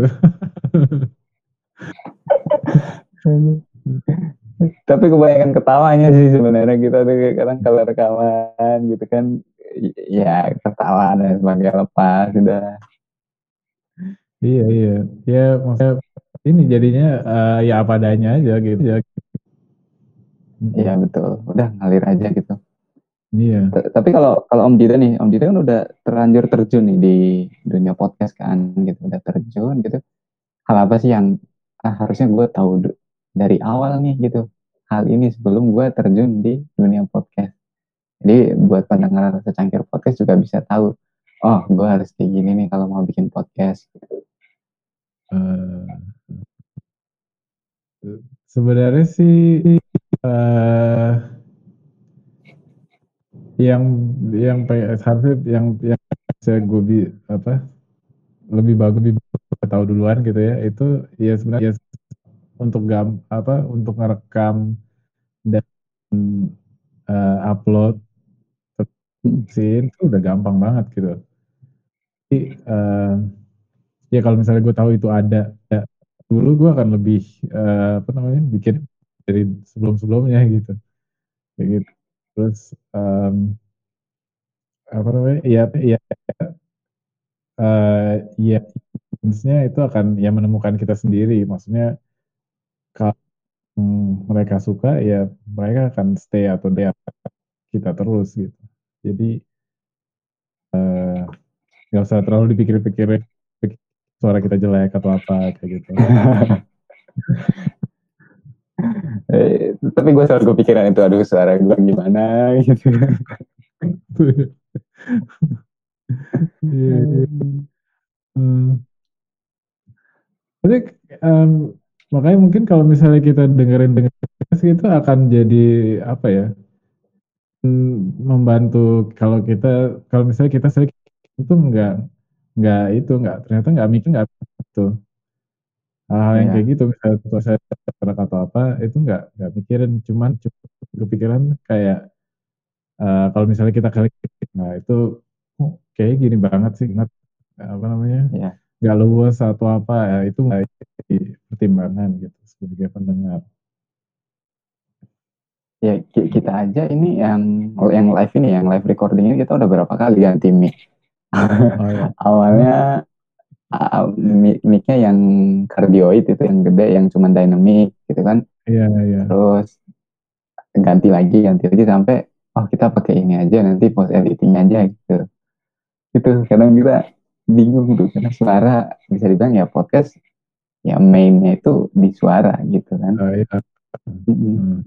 Tapi kebanyakan ketawanya sih sebenarnya kita tuh kadang kalau rekaman gitu kan, ya ketawa dan sebagai lepas udah. Iya, iya. Ya maksudnya ini jadinya uh, ya apa adanya aja gitu ya. Iya betul, udah ngalir aja gitu. Iya. T- Tapi kalau kalau Om Dida nih, Om Dida kan udah terlanjur terjun nih di dunia podcast kan, gitu udah terjun gitu. Hal apa sih yang ah, harusnya gue tahu d- dari awal nih gitu, hal ini sebelum gue terjun di dunia podcast. Jadi buat pendengar Secangkir Podcast juga bisa tahu, oh gue harus kayak gini nih kalau mau bikin podcast. Uh, sebenarnya sih uh, yang yang harusnya yang yang saya gue bi apa lebih bagus lebih bagus tahu duluan gitu ya itu ya sebenarnya ya, untuk gam apa untuk ngerekam dan uh, upload scene itu udah gampang banget gitu. Jadi uh, ya kalau misalnya gue tahu itu ada ya, dulu gue akan lebih uh, apa namanya bikin dari sebelum-sebelumnya gitu. Kayak gitu. Terus um, apa namanya? Iya, iya, uh, iya, maksudnya itu akan ya menemukan kita sendiri. Maksudnya kalau mereka suka ya mereka akan stay atau dia kita terus gitu. Jadi nggak usah terlalu dipikir-pikirin suara kita jelek atau apa kayak gitu. Eh, tapi gue selalu kepikiran itu, aduh suara gue gimana gitu. Iya, iya. Hmm. Tapi um, makanya mungkin kalau misalnya kita dengerin dengerin itu akan jadi apa ya? Membantu kalau kita kalau misalnya kita sering itu nggak nggak itu nggak ternyata nggak mikir nggak itu hal-hal yang kayak Iya, gitu misalnya tuh saya terang atau apa itu nggak nggak mikirin cuman cukup kepikiran kayak uh, kalau misalnya kita klik nah itu oh, kayak gini banget sih ingat apa namanya iya. nggak luwes atau apa ya, itu nggak jadi pertimbangan gitu sebagai pendengar. Ya ki- kita aja ini yang oh, yang live ini, yang live recording ini kita udah berapa kali ganti mic. Oh ya. Awalnya uh, mic- mic-nya yang cardioid itu yang gede, yang cuma dynamic gitu kan. Iya, iya. Terus ganti lagi, ganti lagi sampai oh kita pakai ini aja nanti post editing aja gitu. Gitu kadang kita bingung tuh karena suara bisa dibilang ya podcast ya mainnya itu di suara gitu kan. Oh, iya. Mm-mm. Hmm.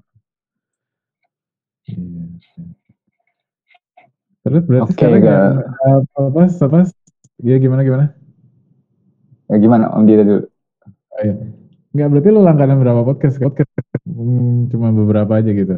Iya. Terus berarti Oke, sekarang yang okay, uh, apa apa ya gimana gimana? gimana Om Dida dulu? Oh, iya. Nggak berarti lu langganan berapa podcast? Podcast hmm, cuma beberapa aja gitu.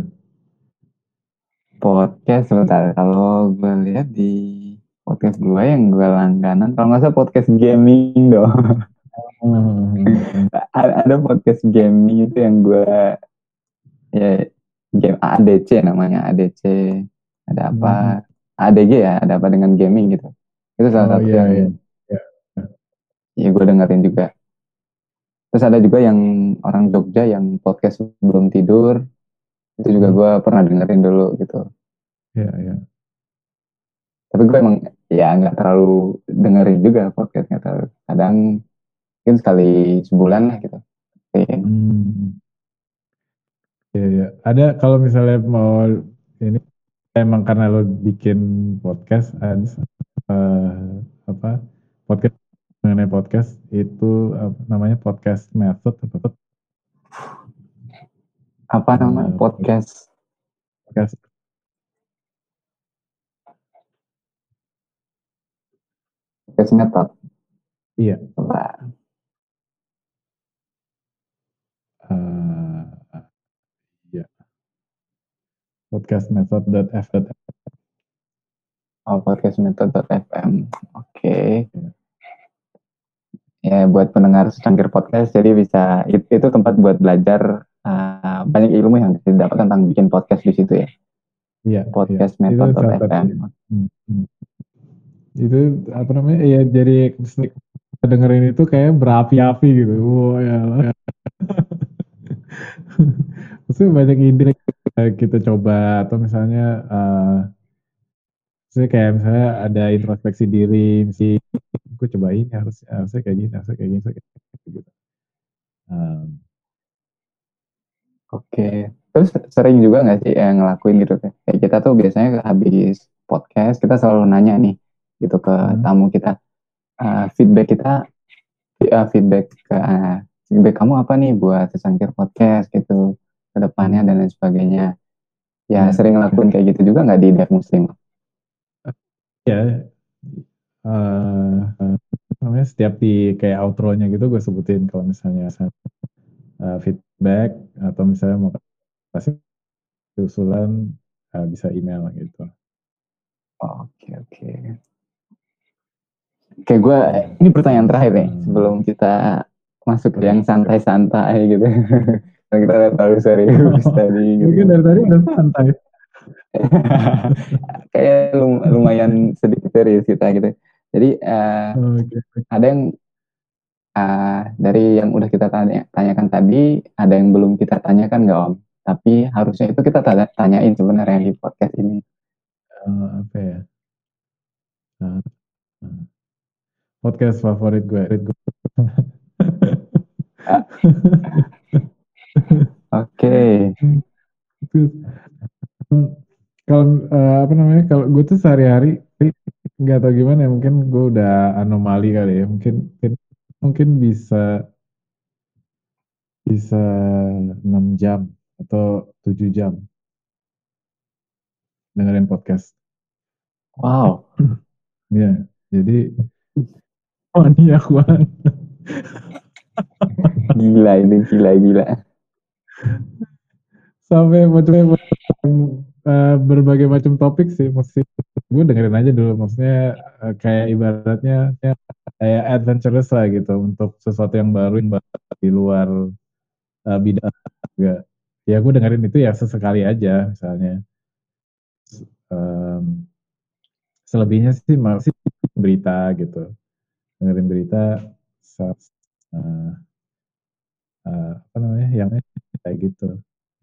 Podcast sebentar. Kalau gue lihat di podcast gue yang gue langganan, kalau nggak salah podcast gaming dong. Hmm. Ada podcast gaming itu yang gue ya game A D C namanya, A D C. Ada Hmm. apa? A D G ya, ada apa dengan gaming gitu. Itu salah Oh satu iya yang iya. Iya. ya gue dengerin juga. Terus ada juga yang orang Jogja yang podcast sebelum tidur, itu juga Hmm. gue pernah dengerin dulu gitu. Iya, iya. Tapi gue emang ya nggak terlalu dengerin juga podcast, nggak terlalu. Kadang mungkin sekali sebulan lah gitu. Hmm. Iya, iya. Ada kalau misalnya mau ini emang karena lo bikin podcast ada eh, apa podcast mengenai podcast itu apa namanya podcast method atau Apa nama eh, podcast podcast podcast method? iya Coba. eh, iya podcast method dot f dot Oh, podcast method.fm. Oke. Iya. Ya buat pendengar secangkir podcast, jadi bisa it- itu tempat buat belajar uh, banyak ilmu yang bisa didapat tentang bikin podcast di situ ya. Iya, iya. podcast Itu salah satu. method.fm. Hmm, hmm. Itu apa namanya? Ya jadi dengerin itu kayak berapi-api gitu. Wah, ya. Maksudnya banyak ide kita coba atau misalnya uh, misalnya kayak misalnya ada introspeksi diri, mesti gue cobain harus harusnya kayak gini, harusnya kayak gini, harusnya kayak gitu. Um, Oke. Terus sering juga nggak sih yang ngelakuin gitu kayak kayak kita tuh biasanya habis podcast kita selalu nanya nih gitu ke hmm, tamu kita, uh, feedback kita, uh, feedback ke uh, feedback kamu apa nih buat secangkir podcast gitu ke depannya hmm, dan lain sebagainya. Ya ya, sering ngelakuin kayak gitu juga nggak di Dev Muslim? ya, uh, uh, namanya setiap di kayak outro-nya gitu gue sebutin kalau misalnya uh, feedback atau misalnya mau kasih usulan uh, bisa email gitu. Oke oke. Oke gue ini pertanyaan terakhir nih sebelum kita masuk ke yang santai-santai gitu. Kita udah terlalu serius tadi gitu. Mungkin dari tadi udah santai. Kayak lum- lumayan sedikit serius kita gitu. Jadi uh, Oke. ada yang uh, dari yang udah kita tanya, tanyakan tadi, ada yang belum kita tanyakan nggak Om? Tapi harusnya itu kita tanya, tanyain sebenarnya di podcast ini. Uh, apa ya? Uh, uh, podcast favorit gue. gue. Ah, Oke. Kalau uh, apa namanya? Kalau gue tuh sehari-hari nggak tahu gimana ya. Mungkin gue udah anomali kali ya. Mungkin mungkin, mungkin bisa bisa enam jam atau tujuh jam dengerin podcast. Wow. Ya, jadi maniak banget. Gila ini gila gila. Sampai macam uh, berbagai macam topik sih, mesti gue dengerin aja dulu. Maksudnya uh, kayak ibaratnya ya, kayak adventurous lah gitu untuk sesuatu yang baru yang baru di luar uh, bidang juga. Ya gue dengerin itu ya sesekali aja misalnya. Um, selebihnya sih masih berita gitu, dengerin berita uh, uh, apa namanya yang kayak gitu.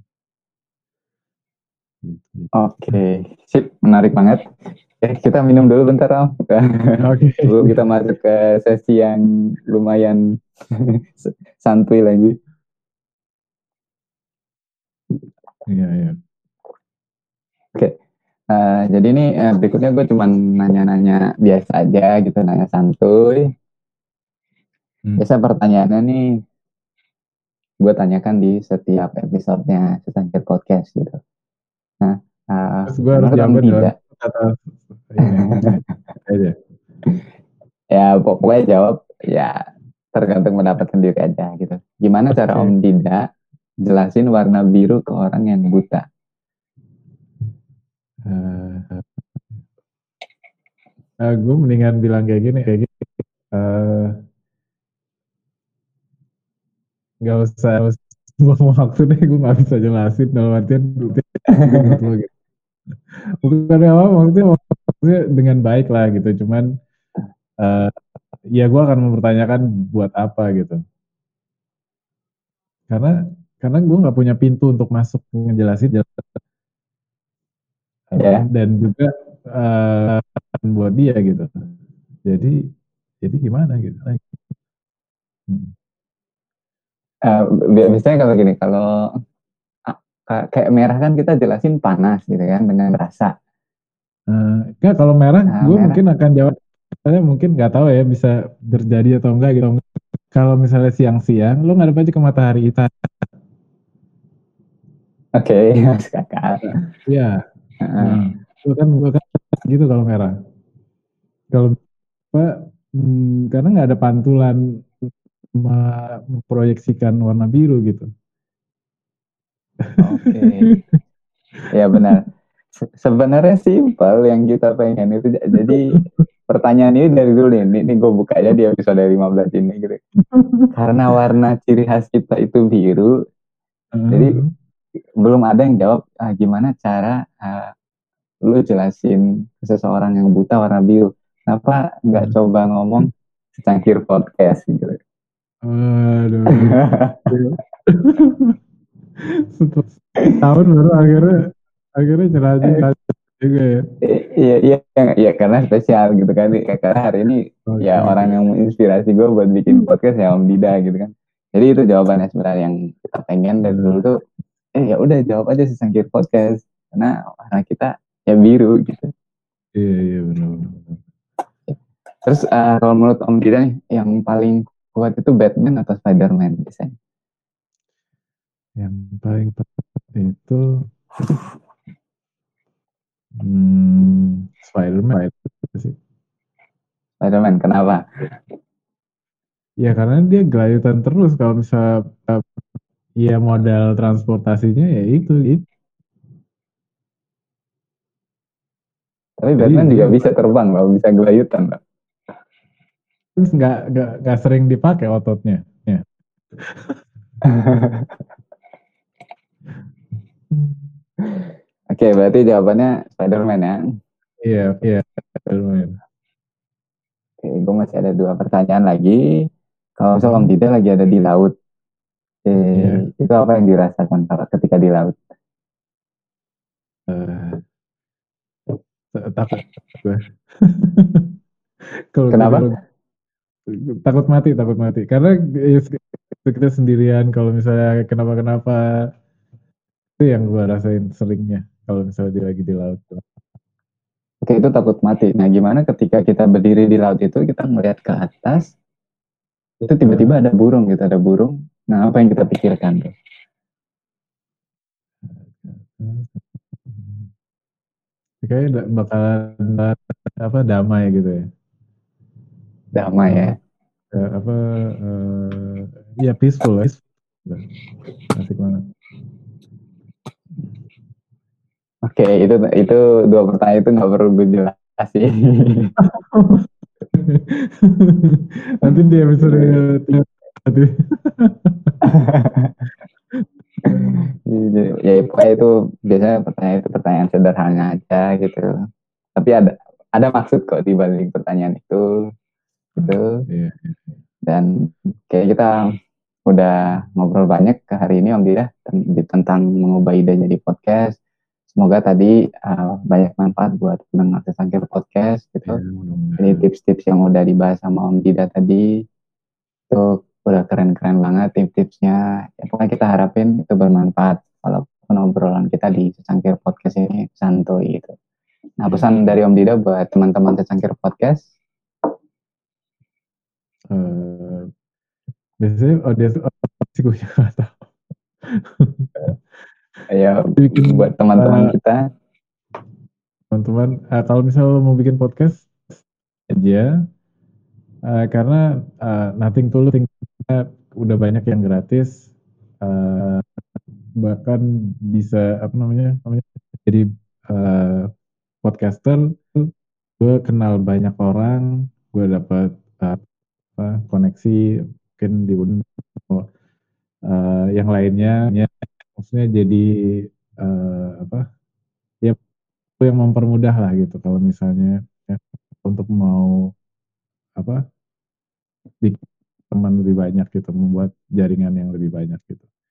Gitu. Oke, sip, menarik banget. Eh, kita minum dulu bentar Om. Oke. Sebelum kita masuk ke sesi yang lumayan santuy lagi. Iya, iya. Oke, uh, jadi ini uh, berikutnya gue cuma nanya-nanya biasa aja gitu, nanya santuy. Hmm. Biasa pertanyaannya nih, gue tanyakan di setiap episodenya Secangkir Podcast gitu. Nah, uh, Terus gue harus menurut Om jawab dalam Dida, kata ini aja. ya pokoknya jawab ya tergantung pendapat sendiri aja gitu. Gimana cara Oke. Om Dida jelasin warna biru ke orang yang buta? Uh, uh, gue mendingan bilang kayak gini, kayak gini. Uh, Gak usah, gak usah buang waktu deh, gue gak bisa jelasin dalam artian gue menurut lo gitu. Bukan apa, maksudnya, maksudnya dengan baik lah gitu, cuman uh, ya gue akan mempertanyakan buat apa gitu. karena karena gue nggak punya pintu untuk masuk ngejelasin Ya. dan juga uh, buat dia gitu. Jadi jadi gimana gitu? Hmm. Uh, biasanya kalau gini, kalau uh, kayak merah kan kita jelasin panas gitu kan dengan rasa. Uh, enggak, kalau merah Nah, gue merah. mungkin akan jawab, saya mungkin nggak tahu ya bisa terjadi atau enggak gitu. Kalau misalnya siang-siang, lo ngadep aja ke matahari itu. Oke, okay, mas kakak. Iya. Uh, Nah, itu kan gue kan gitu kalau merah. Kalau apa? Hmm, karena nggak ada pantulan memproyeksikan warna biru gitu. Oke, okay. Ya benar. Se- sebenarnya simpel yang kita pengen itu. Jadi pertanyaan ini dari dulu nih, ini, ini gue buka aja di episode lima belas ini gitu. Karena warna ciri khas kita itu biru, uh, jadi belum ada yang jawab ah, gimana cara uh, lu jelasin ke seseorang yang buta warna biru. Kenapa nggak uh, coba ngomong secangkir podcast gitu. Aduh. Setahun baru akhirnya akhirnya cerah juga juga ya. Iya, iya, iya, karena spesial gitu kan. Karena hari ini Oke, ya orang oke. yang menginspirasi gue buat bikin podcast ya Om Dida gitu kan. Jadi itu jawabannya sebenarnya yang kita pengen dari dulu tuh. Eh ya udah jawab aja secangkir podcast karena warna kita ya biru gitu. Iya, iya, benar, benar. Terus uh, kalau menurut Om Dida nih, yang paling kuat itu Batman atau Spider-Man biasanya? Yang paling tepat itu hmm, Spider-Man sih. Spider-Man, kenapa? Ya karena dia gelayutan terus kalau misal uh, ya modal transportasinya ya itu, itu. Tapi Jadi Batman dia juga bisa terbang loh, bisa gelayutan loh. terus nggak nggak nggak sering dipakai ototnya. Ya. Oke, berarti jawabannya Spider-Man ya. Iya, iya, Spider-Man. Oke, gue masih ada dua pertanyaan lagi. Kalau misal Om Hmm, Dida lagi ada di laut, iya. eh, itu apa yang dirasakan kalau ketika di laut? Uh, takut gue. kalau Kenapa? kalau takut mati, takut mati. Karena ya, kita sendirian kalau misalnya kenapa-kenapa itu yang gue rasain seringnya kalau misalnya dia lagi di laut. Oke, itu takut mati. Nah, gimana ketika kita berdiri di laut itu, kita melihat ke atas, itu tiba-tiba Uh, ada burung gitu, ada burung. Nah, apa yang kita pikirkan tuh? kayaknya bakalan apa damai gitu ya. Damai Apa ya. eh, apa uh, ya peaceful ya. Asik banget. Oke, itu itu dua pertanyaan itu nggak perlu gue jelasin. Nanti dia episode tiga. Ya, pokoknya itu biasanya pertanyaan itu pertanyaan sederhana aja gitu. Tapi ada ada maksud kok di balik pertanyaan itu gitu. Iya. Dan kayak kita udah ngobrol banyak ke hari ini Om Dida tentang mengubah ide jadi podcast. Semoga tadi uh, banyak manfaat buat pendengar Secangkir podcast Iya, gitu. Jadi mudah-mudahan. tips-tips yang udah dibahas sama Om Dida tadi itu udah keren-keren banget tips-tipsnya. Ya, pokoknya kita harapin itu bermanfaat walaupun obrolan kita di Secangkir podcast ini santuy gitu. Nah, Iya. pesan dari Om Dida buat teman-teman Secangkir podcast. Uh, biasanya audiens sih gue juga nggak tahu. Ya, Bikin buat teman-teman uh, kita. teman-teman uh, kalau misalnya lo mau bikin podcast aja uh, karena uh, nothing tulus udah banyak yang gratis uh, bahkan bisa apa namanya namanya jadi uh, podcaster gue kenal banyak orang gue dapat uh, apa, koneksi mungkin di uh, yang lainnya maksudnya jadi uh, apa ya itu yang mempermudah lah gitu kalau misalnya ya, untuk mau apa bikin teman lebih banyak gitu membuat jaringan yang lebih banyak gitu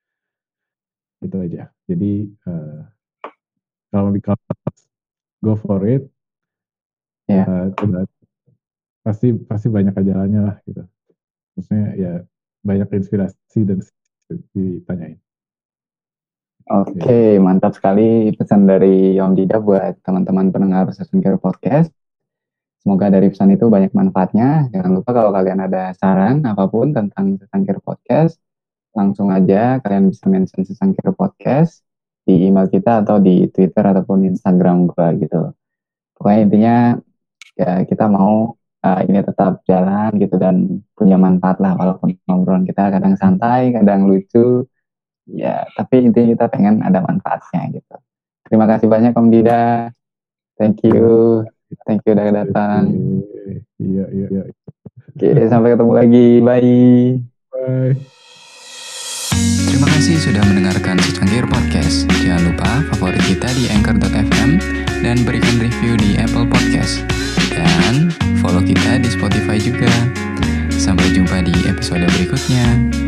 Itu aja. Jadi uh, kalau di go for it, ya. uh, coba pasti pasti banyak ajalannya lah gitu. Maksudnya ya banyak inspirasi dan ditanyain. Oke, okay, mantap sekali pesan dari Om Dida buat teman-teman pendengar Sesungguh Podcast. Semoga dari pesan itu banyak manfaatnya. Jangan lupa kalau kalian ada saran apapun tentang Sesungguh Podcast, langsung aja kalian bisa mention Sesungguh Podcast di email kita atau di Twitter ataupun Instagram gua gitu. Pokoknya intinya ya kita mau uh, ini tetap jalan gitu dan punya manfaat lah, walaupun ngobrolan kita kadang santai, kadang lucu. Ya, tapi intinya kita pengen ada manfaatnya gitu. Terima kasih banyak Om Dida. Thank you. Thank you udah datang. Iya, iya, iya. Oke, sampai ketemu lagi. Bye. Bye. Terima kasih sudah mendengarkan Secangkir Podcast. Jangan lupa favorit kita di anchor dot f m dan berikan review di Apple Podcast. Dan follow kita di Spotify juga. Sampai jumpa di episode berikutnya.